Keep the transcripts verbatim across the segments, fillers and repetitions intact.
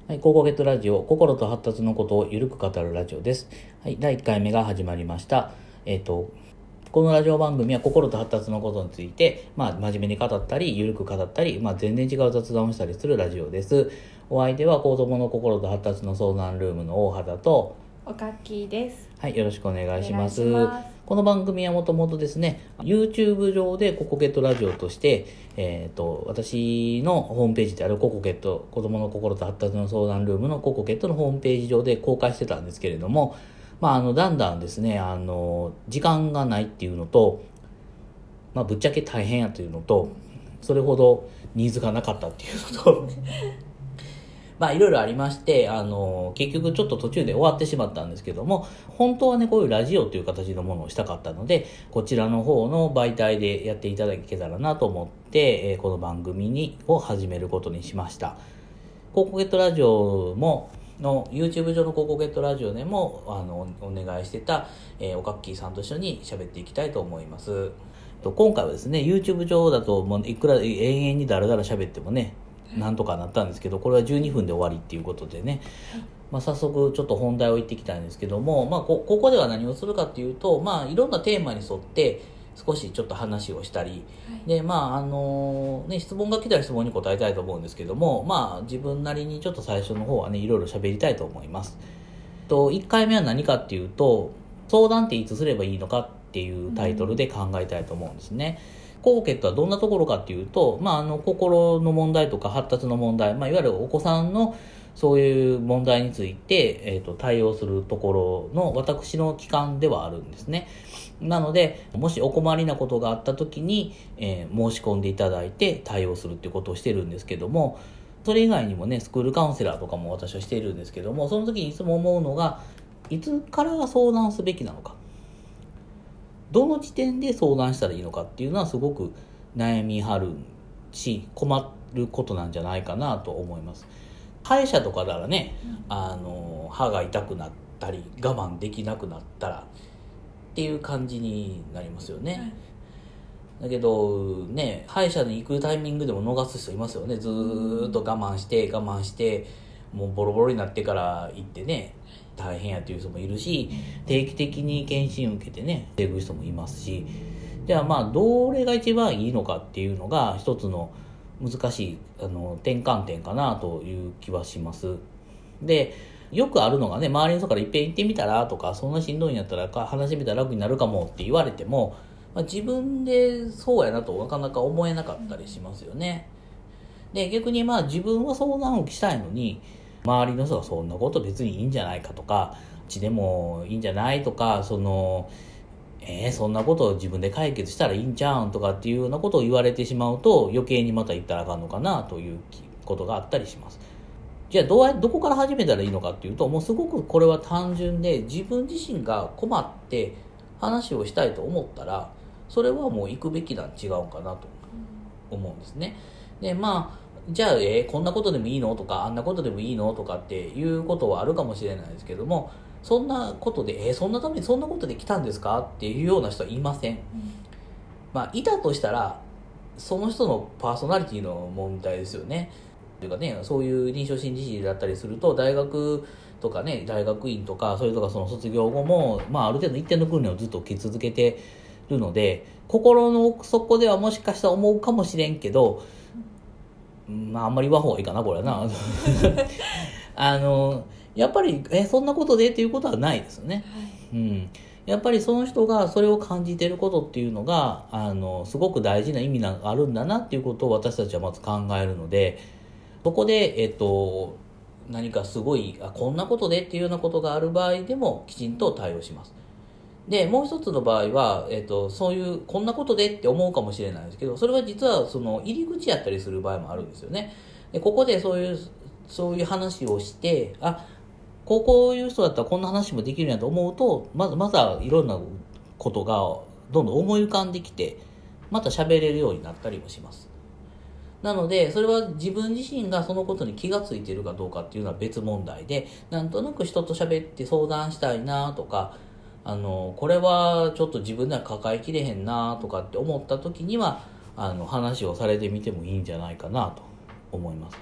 はい、高校ゲットラジオ、心と発達のことをゆるく語るラジオです。はい、だいいっかいめが始まりました。えっと、このラジオ番組は心と発達のことについて、まあ、真面目に語ったり、ゆるく語ったり、まあ、全然違う雑談をしたりするラジオです。お相手は、子供の心と発達の相談ルームの大畑と、 おかきです。 はい、よろしくお願いします。 お願いします。 この番組はもともとですね、YouTube 上でココゲットラジオとして、えっと、私のホームページであるココゲット、子供の心と発達の相談ルームのココゲットのホームページ上で公開してたんですけれども、まあ、あの、だんだんですね、あの、時間がないっていうのと、まあ、ぶっちゃけ大変やというのと、それほどニーズがなかったっていうのと、まあいろいろありまして、あの、結局ちょっと途中で終わってしまったんですけども、本当はね、こういうラジオという形のものをしたかったので、こちらの方の媒体でやっていただけたらなと思って、えーこの番組にを始めることにしました。ココゲットラジオも、の YouTube 上のココゲットラジオでもあのお願いしてた、えー、おかっきーさんと一緒に喋っていきたいと思います。と今回はですね、YouTube 上だともういくら永遠にだらだら喋ってもね、なんとかなったんですけど、これはじゅうにふんで終わりっていうことでね、まあ、早速ちょっと本題を言ってきたんですけども、まあ、こ, ここでは何をするかっていうと、まあ、いろんなテーマに沿って少しちょっと話をしたり、はい、でまああのね、質問が来たら質問に答えたいと思うんですけども、まあ、自分なりにちょっと最初の方はね、いろいろ喋りたいと思います。といっかいめは何かっていうと、相談っていつすればいいのかっていうタイトルで考えたいと思うんですね。ココゲットはどんなところかっていうと、まあ、あの心の問題とか発達の問題、まあ、いわゆるお子さんのそういう問題について、えーと、対応するところの私の機関ではあるんですね。なので、もしお困りなことがあった時に、えー、申し込んでいただいて対応するっていうことをしてるんですけども、それ以外にもね、スクールカウンセラーとかも私はしているんですけども、その時にいつも思うのが、いつから相談すべきなのか、どの時点で相談したらいいのかっていうのはすごく悩みはるし、困ることなんじゃないかなと思います。歯医者とかならね、あの歯が痛くなったり我慢できなくなったらっていう感じになりますよね。だけどね、歯医者に行くタイミングでも逃す人いますよね。ずーっと我慢して我慢してもうボロボロになってから行ってね、大変やっていう人もいるし、定期的に検診を受けてね防ぐ人もいますし、じゃあまあどれが一番いいのかっていうのが一つの難しいあの転換点かなという気はします。で、よくあるのがね、周りの人からいっぺん行ってみたらとか、そんなしんどいんやったら話してみたら楽になるかもって言われても、まあ、自分でそうやなとなかなか思えなかったりしますよね。で、逆にまあ自分は相談をしたいのに、周りの人がそんなこと別にいいんじゃないかとか、うちでもいいんじゃないとか、その、えー、そんなことを自分で解決したらいいんちゃうんとかっていうようなことを言われてしまうと、余計にまた言ったらあかんのかなということがあったりします。じゃあどうやどこから始めたらいいのかっていうと、もうすごくこれは単純で、自分自身が困って話をしたいと思ったら、それはもう行くべきなん違うかなと思うんですね。で、まあじゃあ、えー、こんなことでもいいのとか、あんなことでもいいのとかっていうことはあるかもしれないですけども、そんなことで、えー、そんなためにそんなことで来たんですかっていうような人はいません。うん、まあ、いたとしたら、その人のパーソナリティの問題ですよね。というかね、そういう臨床心理士だったりすると、大学とかね、大学院とか、それとかその卒業後も、まあ、ある程度一定の訓練をずっと受け続けてるので、心の奥底ではもしかしたら思うかもしれんけど、まあ、あんまり言わん方がいいかな、これはな。あの、やっぱり、え、そんなことでっていうことはないですよね。はい、うん。やっぱりその人がそれを感じていることっていうのが、あの、すごく大事な意味があるんだなっていうことを私たちはまず考えるので、そこで、えっと、何かすごい、あ、こんなことでっていうようなことがある場合でもきちんと対応します。で、もう一つの場合は、えっと、そういう、こんなことでって思うかもしれないですけど、それは実はその入り口やったりする場合もあるんですよね。で、ここでそういう、そういう話をして、あ、こうこういう人だったらこんな話もできるんやと思うと、まず、まずはいろんなことがどんどん思い浮かんできて、また喋れるようになったりもします。なので、それは自分自身がそのことに気がついているかどうかっていうのは別問題で、なんとなく人と喋って相談したいなとか、あのこれはちょっと自分では抱えきれへんなとかって思った時には、あの話をされてみてもいいんじゃないかなと思います。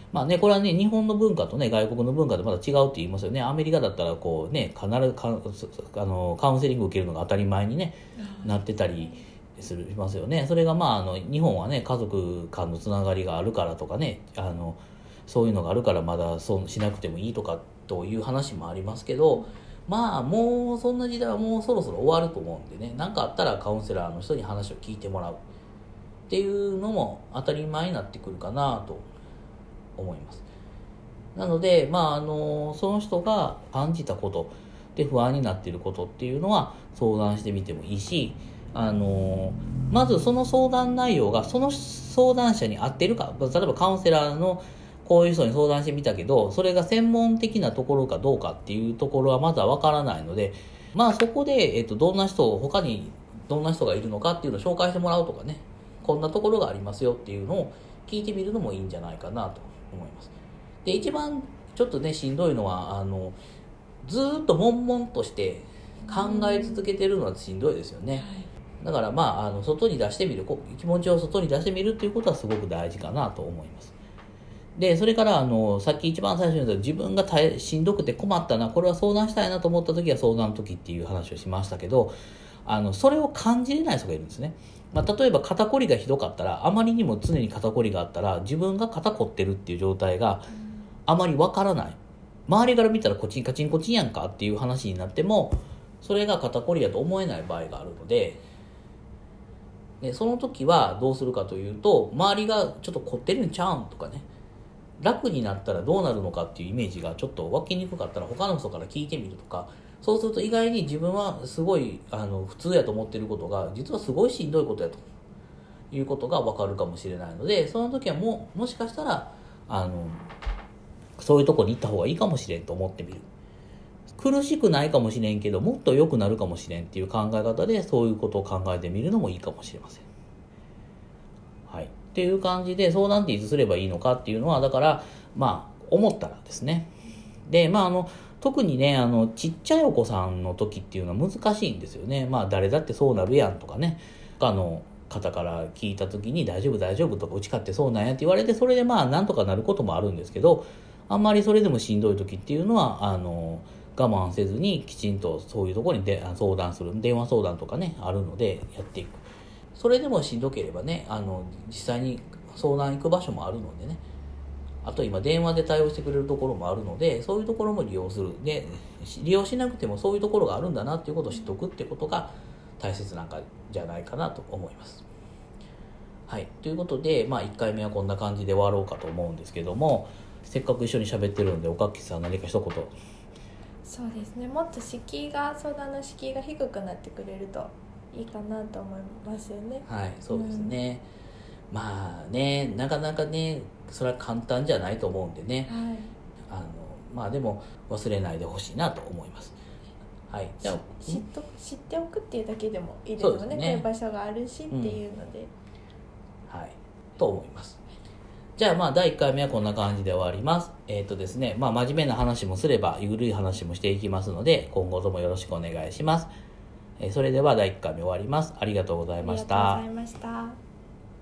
まあね、これはね、日本の文化とね、外国の文化でまだ違うって言いますよね。アメリカだったら、こうね、必ずカあのカウンセリング受けるのが当たり前にね、なってたりするしますよね。それがまあ、あの、日本はね、家族間のつながりがあるからとかね、あの、そういうのがあるからまだそうしなくてもいいとかという話もありますけど、まあ、もうそんな時代はもうそろそろ終わると思うんでね、何かあったらカウンセラーの人に話を聞いてもらうっていうのも当たり前になってくるかなと思います。なので、まあ、あのその人が感じたことで不安になっていることっていうのは相談してみてもいいし、あのまずその相談内容がその相談者に合っているか、例えばカウンセラーのこういう人に相談してみたけど、それが専門的なところかどうかっていうところはまだわからないので、まあそこで、えっと、どんな人、他にどんな人がいるのかっていうのを紹介してもらうとかね、こんなところがありますよっていうのを聞いてみるのもいいんじゃないかなと思います。で、一番ちょっとね、しんどいのは、あの、ずーっと悶々として考え続けてるのはしんどいですよね。だからまあ、あの、外に出してみる、気持ちを外に出してみるっていうことはすごく大事かなと思います。で、それから、あの、さっき一番最初に言った自分が大しんどくて困ったな、これは相談したいなと思った時は相談の時っていう話をしましたけど、あの、それを感じれない人がいるんですね。まあ、例えば肩こりがひどかったら、あまりにも常に肩こりがあったら、自分が肩こってるっていう状態があまりわからない。周りから見たらコチンカチンコチンやんかっていう話になっても、それが肩こりやと思えない場合があるので、で、その時はどうするかというと、周りがちょっと凝ってるんちゃうんとかね、楽になったらどうなるのかっていうイメージがちょっと湧きにくかったら他の人から聞いてみるとか、そうすると意外に自分はすごいあの普通やと思っていることが実はすごいしんどいことやということが分かるかもしれないので、その時はももしかしたらあのそういうとこに行った方がいいかもしれんと思ってみる。苦しくないかもしれんけどもっと良くなるかもしれんっていう考え方でそういうことを考えてみるのもいいかもしれません。はい。っていう感じで相談っていつすればいいのかっていうのは、だからまあ思ったらですね。で、まああの特にね、あのちっちゃいお子さんの時っていうのは難しいんですよね。まあ誰だってそうなるやんとかね、他の方から聞いた時に大丈夫大丈夫とかうちかってそうなんやって言われて、それでまあなんとかなることもあるんですけど、あんまりそれでもしんどい時っていうのはあの我慢せずにきちんとそういうところにで相談する、電話相談とかねあるのでやっていく。それでもしんどければね、あの実際に相談行く場所もあるのでね、あと今電話で対応してくれるところもあるので、そういうところも利用する。で、利用しなくてもそういうところがあるんだなっていうことを知っておくってことが大切なんかじゃないかなと思います。はい。ということで、まあいっかいめはこんな感じで終わろうかと思うんですけども、せっかく一緒に喋ってるので、おかきさん何か一言。 そうですね、もっと敷居が相談の敷居が低くなってくれるといいかなと思いますよね。 はい、そうですね。うん、まあね、なかなかね、それは簡単じゃないと思うんでね。はい、あのまあでも忘れないでほしいなと思います。はい。じゃあ知っと知っておくっていうだけでもいいですよね。こういう場所があるしっていうので、 うん、はい、と思います。じゃあまあだいいっかいめはこんな感じで終わります。えっとですね、まあ真面目な話もすればゆるい話もしていきますので、今後ともよろしくお願いします。それではだいいっかいめ終わります。ありがとうございました。 ありがとうございました。